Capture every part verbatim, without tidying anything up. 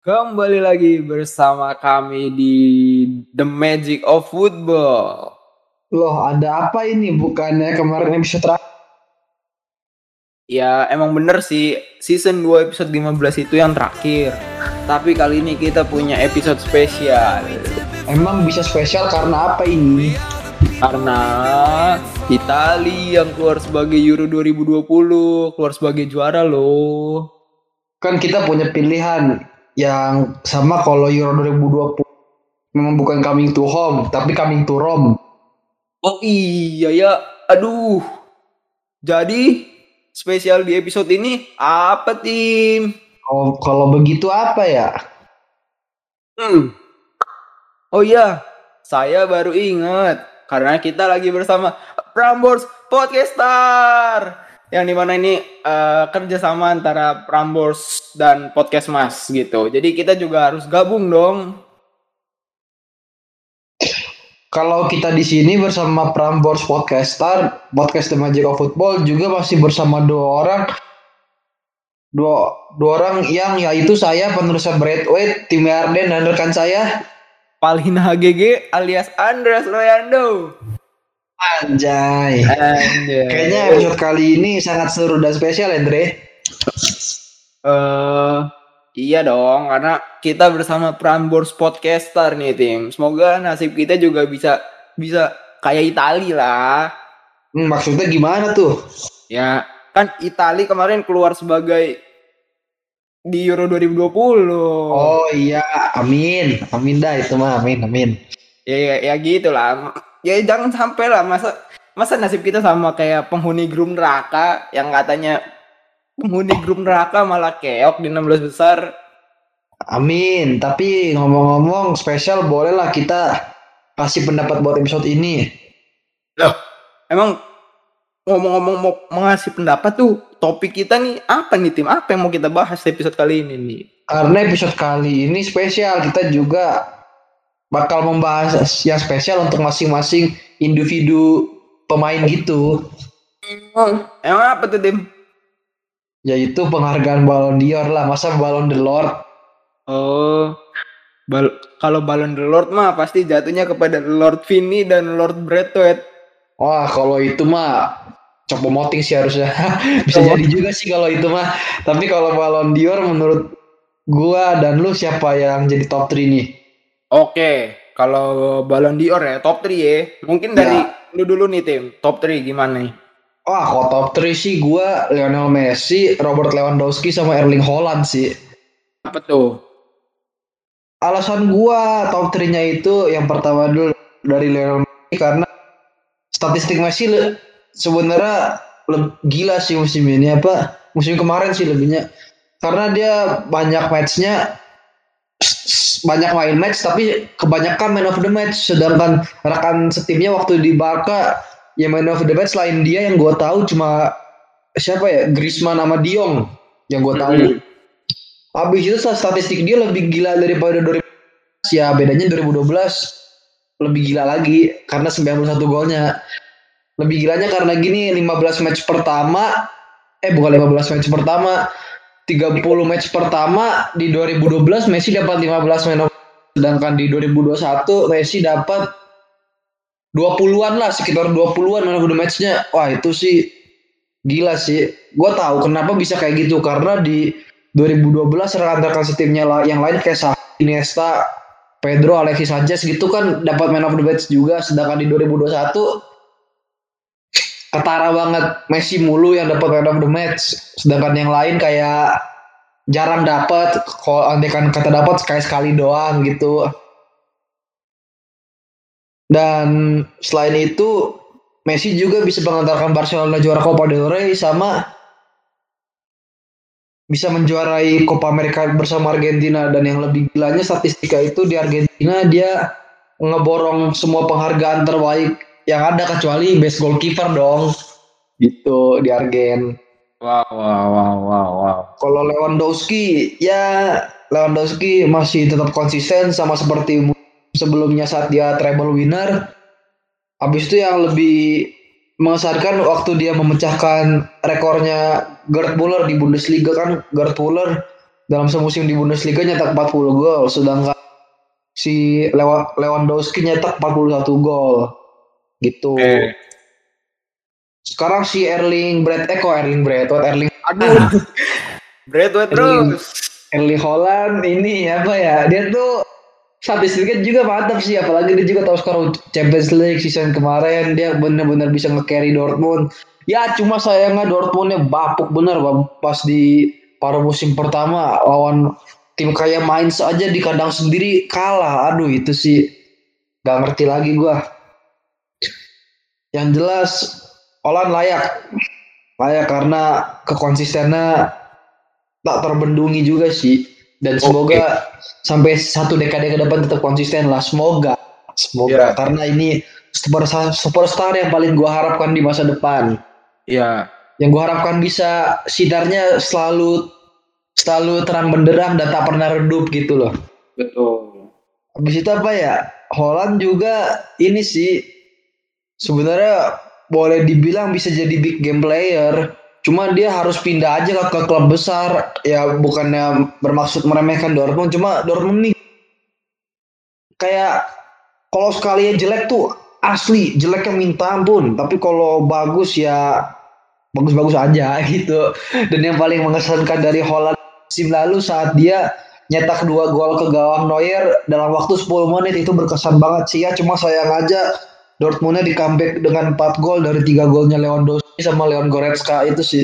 Kembali lagi bersama kami di The Magic of Football. Loh, ada apa ini? Bukannya kemarin episode terakhir? Ya emang bener sih, season dua episode lima belas itu yang terakhir. Tapi kali ini kita punya episode spesial. Emang bisa spesial karena apa ini? Karena Italia yang keluar sebagai Euro dua ribu dua puluh, keluar sebagai juara loh. Kan kita punya pilihan yang sama kalau Euro dua ribu dua puluh. Memang bukan coming to home, tapi coming to Rome. Oh iya ya, aduh. Jadi spesial di episode ini apa tim? Oh, kalau begitu apa ya? Hmm. Oh iya, saya baru ingat karena kita lagi bersama Prambors Podcaster yang dimana ini uh, kerjasama antara Prambors dan Podcast Mas gitu. Jadi kita juga harus gabung dong. Kalau kita di sini bersama Prambors Podcaster, Podcast The Magic of Football juga masih bersama dua orang dua, dua orang yang yaitu saya penerus Braithwaite, Tim Arden dan rekan saya Palina H G G alias Andres Loyando. Anjay. Anjay. Kayaknya episode kali ini sangat seru dan spesial, Andre. Eh, uh, iya dong, karena kita bersama Prambors Podcaster nih tim. Semoga nasib kita juga bisa bisa kayak Itali lah. Hmm, maksudnya gimana tuh? Ya, kan Itali kemarin keluar sebagai di Euro dua ribu dua puluh. Oh iya, amin. Amin dah itu mah, amin, amin. Ya ya, ya gitu lah. Ya jangan sampai lah masa masa nasib kita sama kayak penghuni grup neraka yang katanya penghuni grup neraka malah keok di enam belas besar. Amin. Tapi ngomong-ngomong spesial bolehlah kita kasih pendapat buat episode ini. Loh, emang ngomong-ngomong mau mengasih pendapat tuh topik kita nih apa nih tim? Apa yang mau kita bahas di episode kali ini nih? Karena episode kali ini spesial, kita juga bakal membahas yang spesial untuk masing-masing individu pemain gitu. Hmm, emang apa tuh tim? Yaitu penghargaan Ballon d'Or lah, masa Ballon d'Or. Oh, bal- kalau Ballon d'Or mah pasti jatuhnya kepada Lord Vini dan Lord Braithwaite. Wah, kalau itu mah Choupo-Moting sih harusnya. Bisa oh. Jadi juga sih kalau itu mah. Tapi kalau Ballon d'Or menurut gua dan lu siapa yang jadi top tiga nih? Oke, kalau Ballon d'Or ya top tiga ya. Mungkin dari ya. Lu dulu nih tim, top tiga gimana nih? Wah, kalau top tiga sih gua Lionel Messi, Robert Lewandowski sama Erling Haaland sih. Apa tuh? Alasan gua top tiga-nya itu yang pertama dulu dari Lionel Messi karena statistik Messi le, sebenarnya le, gila sih musim ini apa musim kemarin sih lebihnya karena dia banyak matchnya banyak main match tapi kebanyakan man of the match, sedangkan rekan setimnya waktu di Barca yang man of the match selain dia yang gue tahu cuma siapa ya, Griezmann sama De Jong yang gue tahu. Mm-hmm. Habis itu statistik dia lebih gila daripada dua ribu dua belas, ya bedanya dua ribu dua belas lebih gila lagi karena sembilan puluh satu golnya. Lebih gilanya karena gini, lima belas match pertama eh bukan lima belas match pertama tiga puluh match pertama di dua ribu dua belas Messi dapat lima belas man of, sedangkan di dua ribu dua puluh satu Messi dapat dua puluhan lah, sekitar dua puluhan man of the match-nya. Wah, itu sih gila sih. Gue tahu kenapa bisa kayak gitu karena di dua ribu dua belas rekan-rekan setimnya lah yang lain kayak Xavi, Iniesta, Pedro, Alexis Sanchez gitu kan dapat man of the match juga, sedangkan di dua ribu dua puluh satu ketara banget Messi mulu yang dapat man of the match, sedangkan yang lain kayak jarang dapat. Kalau andekan kata dapat sekali sekali doang gitu. Dan selain itu Messi juga bisa mengantarkan Barcelona juara Copa del Rey sama bisa menjuarai Copa America bersama Argentina. Dan yang lebih gilanya statistika itu di Argentina dia ngeborong semua penghargaan terbaik yang ada kecuali best goalkeeper dong gitu di Argen. Wow wow wow wow wow. Kalau Lewandowski ya Lewandowski masih tetap konsisten sama seperti sebelumnya saat dia treble winner. Habis itu yang lebih mengesankan waktu dia memecahkan rekornya Gerd Müller di Bundesliga kan. Gerd Müller dalam semusim di Bundesliga nyetak empat puluh gol, sedangkan si Lewa- Lewandowski nyetak empat puluh satu gol gitu. Oke. Sekarang si Erling Brad eh kok Erling Braithwaite Erling Aduh, Braithwaite Erling terus. Erling Haaland ini apa ya? Dia tuh statistiknya juga mantap sih, apalagi dia juga tahu sekarang Champions League season kemarin dia benar-benar bisa nge-carry Dortmund. Ya cuma sayangnya Dortmundnya bapuk bener Bang. Pas di paruh musim pertama lawan tim kayak Mainz aja di kandang sendiri kalah. Aduh itu sih gak ngerti lagi gua. Yang jelas Holland layak, layak karena kekonsistennya tak terbendungi juga sih. Dan Oke. semoga sampai satu dekade ke depan tetap konsisten lah. Semoga, semoga Ya, karena ini superstar, superstar yang paling gua harapkan di masa depan. ya, Yang gua harapkan bisa sinarnya selalu selalu terang benderang dan tak pernah redup gitu loh. betul. Habis itu apa ya? Holland juga ini sih sebenarnya boleh dibilang bisa jadi big game player. Cuma dia harus pindah aja ke, ke klub besar. Ya bukannya bermaksud meremehkan Dortmund. Cuma Dortmund nih kayak kalau sekali jelek tuh asli jeleknya minta ampun. Tapi kalau bagus ya bagus-bagus aja gitu. Dan yang paling mengesankan dari Holland musim lalu saat dia nyetak dua gol ke gawang Neuer dalam waktu sepuluh menit itu berkesan banget sih ya. Cuma sayang aja Dortmundnya di comeback dengan empat gol dari tiga golnya Lewandowski sama Leon Goretzka itu sih.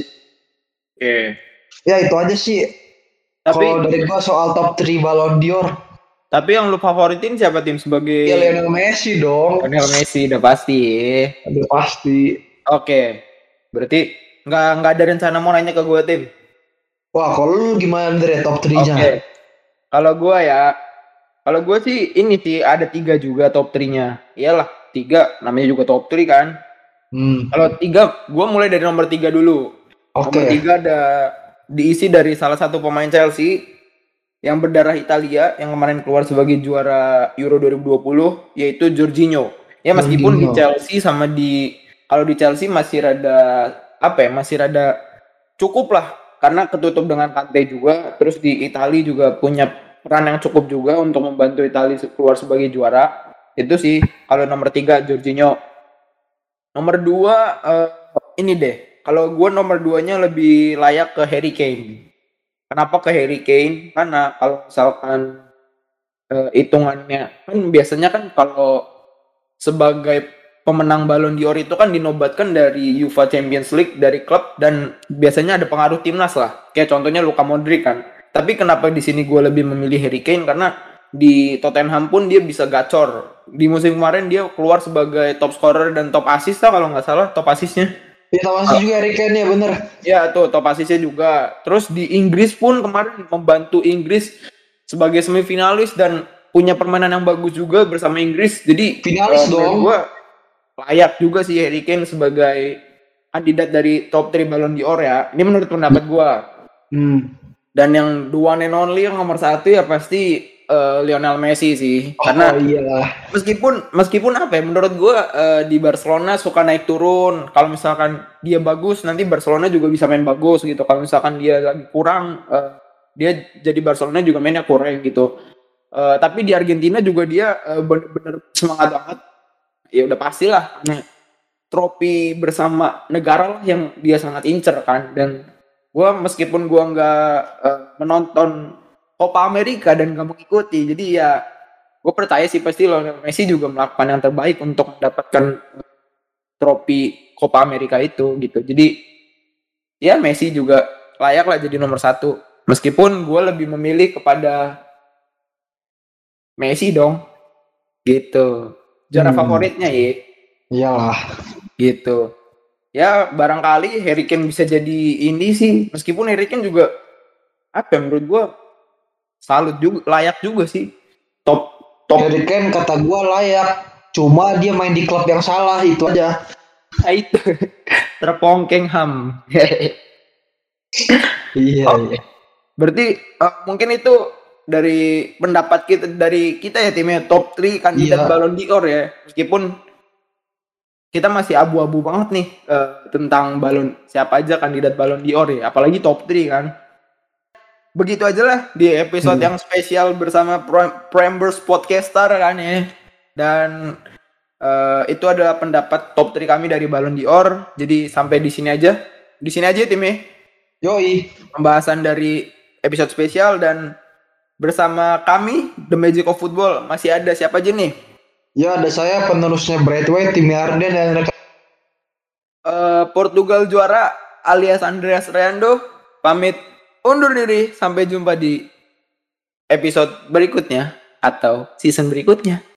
Oke. Ya itu aja sih. Kalau Tapi dari gua soal top tiga Ballon d'Or, tapi yang lu favoritin siapa tim sebagai ya Lionel Messi dong. Lionel Messi udah pasti. Aduh pasti. Oke. Berarti nggak nggak ada rencana mau nanya ke gue tim. Wah, kalau lu gimana dari top Oke. tiga-nya? Kalau gue ya, kalau gue sih ini sih ada tiga juga top tiga-nya. Iyalah, tiga namanya juga top tiga kan. Hmm. Kalau tiga, gue mulai dari nomor tiga dulu. Nomor Oke. tiga ada diisi dari salah satu pemain Chelsea yang berdarah Italia yang kemarin keluar sebagai juara Euro dua ribu dua puluh, yaitu Jorginho. Ya meskipun di Jorginho. Chelsea sama di kalau di Chelsea masih rada apa ya, masih rada cukup lah karena ketutup dengan Kante juga. Terus di Italia juga punya peran yang cukup juga untuk membantu Italia keluar sebagai juara. Itu sih kalau nomor tiga Jorginho. Nomor dua eh, ini deh. Kalau gue nomor duanya lebih layak ke Harry Kane. Kenapa ke Harry Kane? Karena kalau misalkan eh, hitungannya kan biasanya kan kalau sebagai pemenang Ballon d'Or itu kan dinobatkan dari UEFA Champions League dari klub dan biasanya ada pengaruh timnas lah. Kayak contohnya Luka Modric kan. Tapi kenapa di sini gue lebih memilih Harry Kane karena di Tottenham pun dia bisa gacor. Di musim kemarin dia keluar sebagai top scorer dan top assist lah kalau nggak salah top assistnya. Ya masih juga Harry Kane ya bener. Ya tuh top assistnya juga. Terus di Inggris pun kemarin membantu Inggris sebagai semifinalis dan punya permainan yang bagus juga bersama Inggris. Jadi Finalis uh, menurut dong. gue layak juga sih Harry Kane sebagai kandidat dari top tiga Ballon d'Or ya. Ini menurut pendapat gue. Hmm. Dan yang the one and only yang nomor satu ya pasti uh, Lionel Messi sih. Oh Karena iya. meskipun meskipun apa ya menurut gue uh, di Barcelona suka naik turun. Kalau misalkan dia bagus nanti Barcelona juga bisa main bagus gitu. Kalau misalkan dia lagi kurang uh, dia jadi Barcelona juga mainnya kurang gitu. Uh, tapi di Argentina juga dia uh, bener-bener semangat banget. Ya udah pastilah karena trofi bersama negara lah yang dia sangat incer kan. Dan gue meskipun gue nggak uh, menonton Copa America dan nggak mengikuti, jadi ya gue percaya sih pasti Lionel Messi juga melakukan yang terbaik untuk mendapatkan trofi Copa America itu gitu. Jadi ya Messi juga layak lah jadi nomor satu. Meskipun gue lebih memilih kepada Messi dong, gitu. Juara Hmm. favoritnya ya, Iyalah. gitu. Ya barangkali Harry Kane bisa jadi ini sih. Meskipun Harry Kane juga apa ya, menurut gue salut juga, layak juga sih. Top top. Harry Kane kata gua layak. Cuma dia main di klub yang salah itu aja. Nah, itu terpongkeng ham. Iya, Oke. iya. Berarti uh, mungkin itu dari pendapat kita dari kita ya timnya top tiga kandidat Iya. Ballon d'Or ya. Meskipun kita masih abu-abu banget nih uh, tentang Ballon siapa aja kandidat Ballon d'Or ya, apalagi top tiga kan. begitu aja lah di episode Hmm. yang spesial bersama Pram- Prambors Podcaster kan ya. Dan eh, itu adalah pendapat top tiga kami dari Ballon d'Or. Jadi sampai di sini aja. Di sini aja tim ya. Yoi. Pembahasan dari episode spesial dan bersama kami The Magic of Football masih ada siapa aja nih? Ya ada saya penerusnya Brightway, Tim Arden dan rekan. Eh, Portugal juara alias Andreas Reando pamit undur diri. Sampai jumpa di episode berikutnya atau season berikutnya.